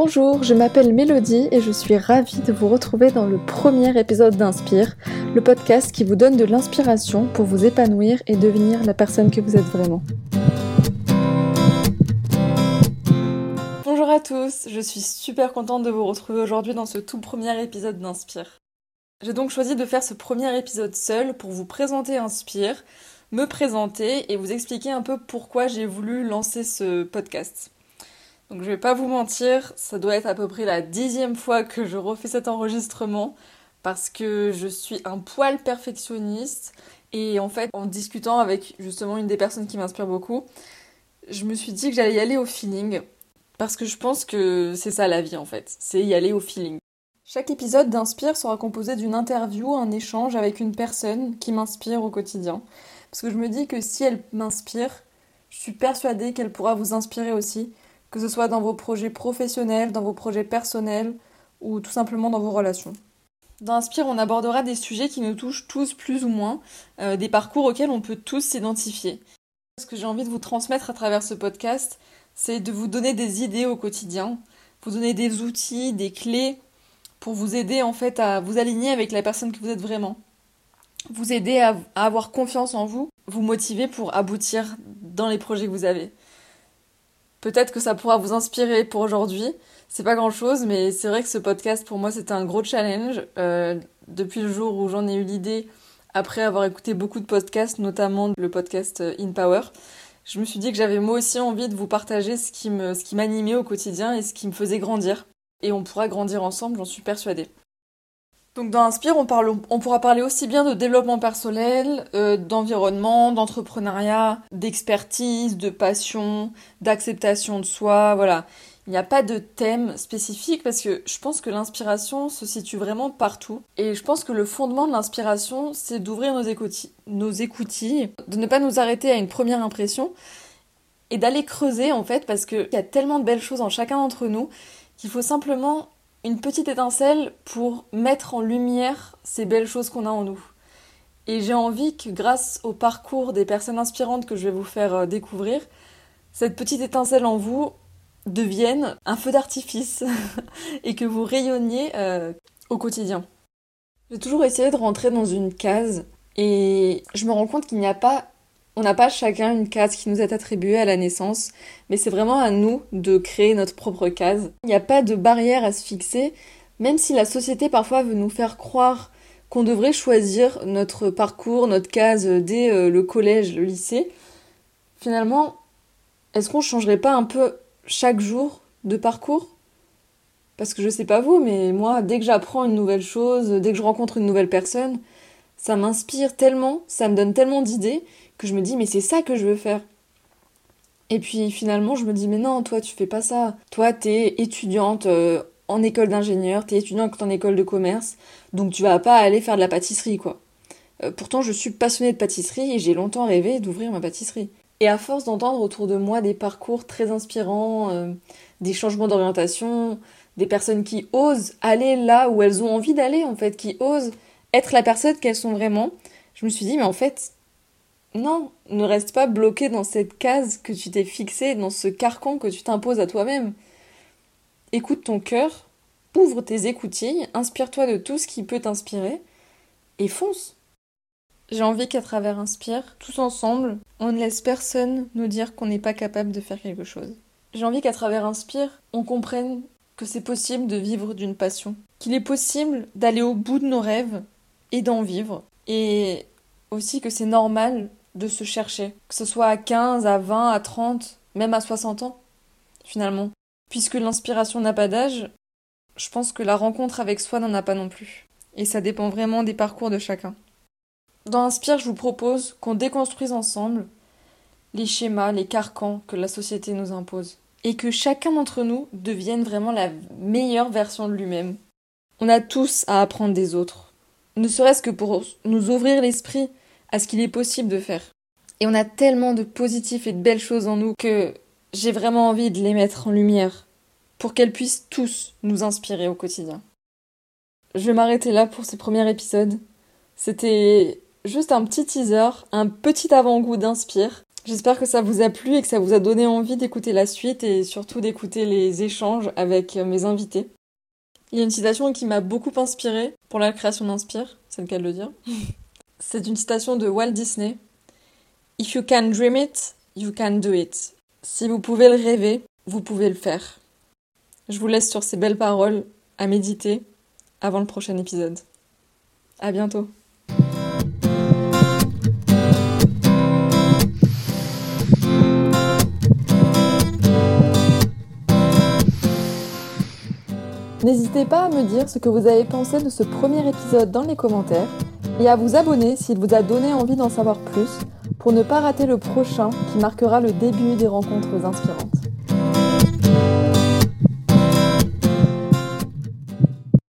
Bonjour, je m'appelle Mélodie et je suis ravie de vous retrouver dans le premier épisode d'Inspire, le podcast qui vous donne de l'inspiration pour vous épanouir et devenir la personne que vous êtes vraiment. Bonjour à tous, je suis super contente de vous retrouver aujourd'hui dans ce tout premier épisode d'Inspire. J'ai donc choisi de faire ce premier épisode seul pour vous présenter Inspire, me présenter et vous expliquer un peu pourquoi j'ai voulu lancer ce podcast. Donc je vais pas vous mentir, ça doit être à peu près la 10e fois que je refais cet enregistrement parce que je suis un poil perfectionniste et en fait en discutant avec justement une des personnes qui m'inspire beaucoup, je me suis dit que j'allais y aller au feeling parce que je pense que c'est ça la vie en fait, c'est y aller au feeling. Chaque épisode d'Inspire sera composé d'une interview, un échange avec une personne qui m'inspire au quotidien parce que je me dis que si elle m'inspire, je suis persuadée qu'elle pourra vous inspirer aussi. Que ce soit dans vos projets professionnels, dans vos projets personnels ou tout simplement dans vos relations. Dans Inspire, on abordera des sujets qui nous touchent tous plus ou moins, des parcours auxquels on peut tous s'identifier. Ce que j'ai envie de vous transmettre à travers ce podcast, c'est de vous donner des idées au quotidien, vous donner des outils, des clés pour vous aider en fait à vous aligner avec la personne que vous êtes vraiment. Vous aider à avoir confiance en vous, vous motiver pour aboutir dans les projets que vous avez. Peut-être que ça pourra vous inspirer pour aujourd'hui. C'est pas grand chose, mais c'est vrai que ce podcast, pour moi, c'était un gros challenge. Depuis le jour où j'en ai eu l'idée, après avoir écouté beaucoup de podcasts, notamment le podcast In Power, je me suis dit que j'avais moi aussi envie de vous partager ce qui m'animait au quotidien et ce qui me faisait grandir. Et on pourra grandir ensemble, j'en suis persuadée. Donc dans Inspire, on pourra parler aussi bien de développement personnel, d'environnement, d'entrepreneuriat, d'expertise, de passion, d'acceptation de soi, voilà. Il n'y a pas de thème spécifique parce que je pense que l'inspiration se situe vraiment partout. Et je pense que le fondement de l'inspiration, c'est d'ouvrir nos écoutilles, de ne pas nous arrêter à une première impression et d'aller creuser en fait parce qu'il y a tellement de belles choses en chacun d'entre nous qu'il faut simplement une petite étincelle pour mettre en lumière ces belles choses qu'on a en nous. Et j'ai envie que grâce au parcours des personnes inspirantes que je vais vous faire découvrir, cette petite étincelle en vous devienne un feu d'artifice et que vous rayonniez au quotidien. J'ai toujours essayé de rentrer dans une case et je me rends compte on n'a pas chacun une case qui nous est attribuée à la naissance, mais c'est vraiment à nous de créer notre propre case. Il n'y a pas de barrière à se fixer, même si la société parfois veut nous faire croire qu'on devrait choisir notre parcours, notre case dès le collège, le lycée. Finalement, est-ce qu'on changerait pas un peu chaque jour de parcours ? Parce que je sais pas vous, mais moi, dès que j'apprends une nouvelle chose, dès que je rencontre une nouvelle personne, ça m'inspire tellement, ça me donne tellement d'idées que je me dis mais c'est ça que je veux faire. Et puis finalement je me dis mais non, toi tu fais pas ça. Toi t'es étudiante en école d'ingénieur, t'es étudiante en école de commerce, donc tu vas pas aller faire de la pâtisserie quoi. Pourtant je suis passionnée de pâtisserie et j'ai longtemps rêvé d'ouvrir ma pâtisserie. Et à force d'entendre autour de moi des parcours très inspirants, des changements d'orientation, des personnes qui osent aller là où elles ont envie d'aller en fait, qui osent être la personne qu'elles sont vraiment, je me suis dit mais en fait non, ne reste pas bloqué dans cette case que tu t'es fixée, dans ce carcan que tu t'imposes à toi-même. Écoute ton cœur, ouvre tes écoutilles, inspire-toi de tout ce qui peut t'inspirer et fonce. J'ai envie qu'à travers Inspire, tous ensemble, on ne laisse personne nous dire qu'on n'est pas capable de faire quelque chose. J'ai envie qu'à travers Inspire, on comprenne que c'est possible de vivre d'une passion, qu'il est possible d'aller au bout de nos rêves et d'en vivre, et aussi que c'est normal de se chercher, que ce soit à 15, à 20, à 30, même à 60 ans, finalement. Puisque l'inspiration n'a pas d'âge, je pense que la rencontre avec soi n'en a pas non plus. Et ça dépend vraiment des parcours de chacun. Dans Inspire, je vous propose qu'on déconstruise ensemble les schémas, les carcans que la société nous impose. Et que chacun d'entre nous devienne vraiment la meilleure version de lui-même. On a tous à apprendre des autres. Ne serait-ce que pour nous ouvrir l'esprit à ce qu'il est possible de faire. Et on a tellement de positifs et de belles choses en nous que j'ai vraiment envie de les mettre en lumière pour qu'elles puissent tous nous inspirer au quotidien. Je vais m'arrêter là pour ce premier épisode. C'était juste un petit teaser, un petit avant-goût d'Inspire. J'espère que ça vous a plu et que ça vous a donné envie d'écouter la suite et surtout d'écouter les échanges avec mes invités. Il y a une citation qui m'a beaucoup inspirée pour la création d'Inspire, c'est le cas de le dire. C'est une citation de Walt Disney. If you can dream it, you can do it. Si vous pouvez le rêver, vous pouvez le faire. Je vous laisse sur ces belles paroles à méditer avant le prochain épisode. À bientôt. N'hésitez pas à me dire ce que vous avez pensé de ce premier épisode dans les commentaires et à vous abonner s'il vous a donné envie d'en savoir plus pour ne pas rater le prochain qui marquera le début des rencontres inspirantes.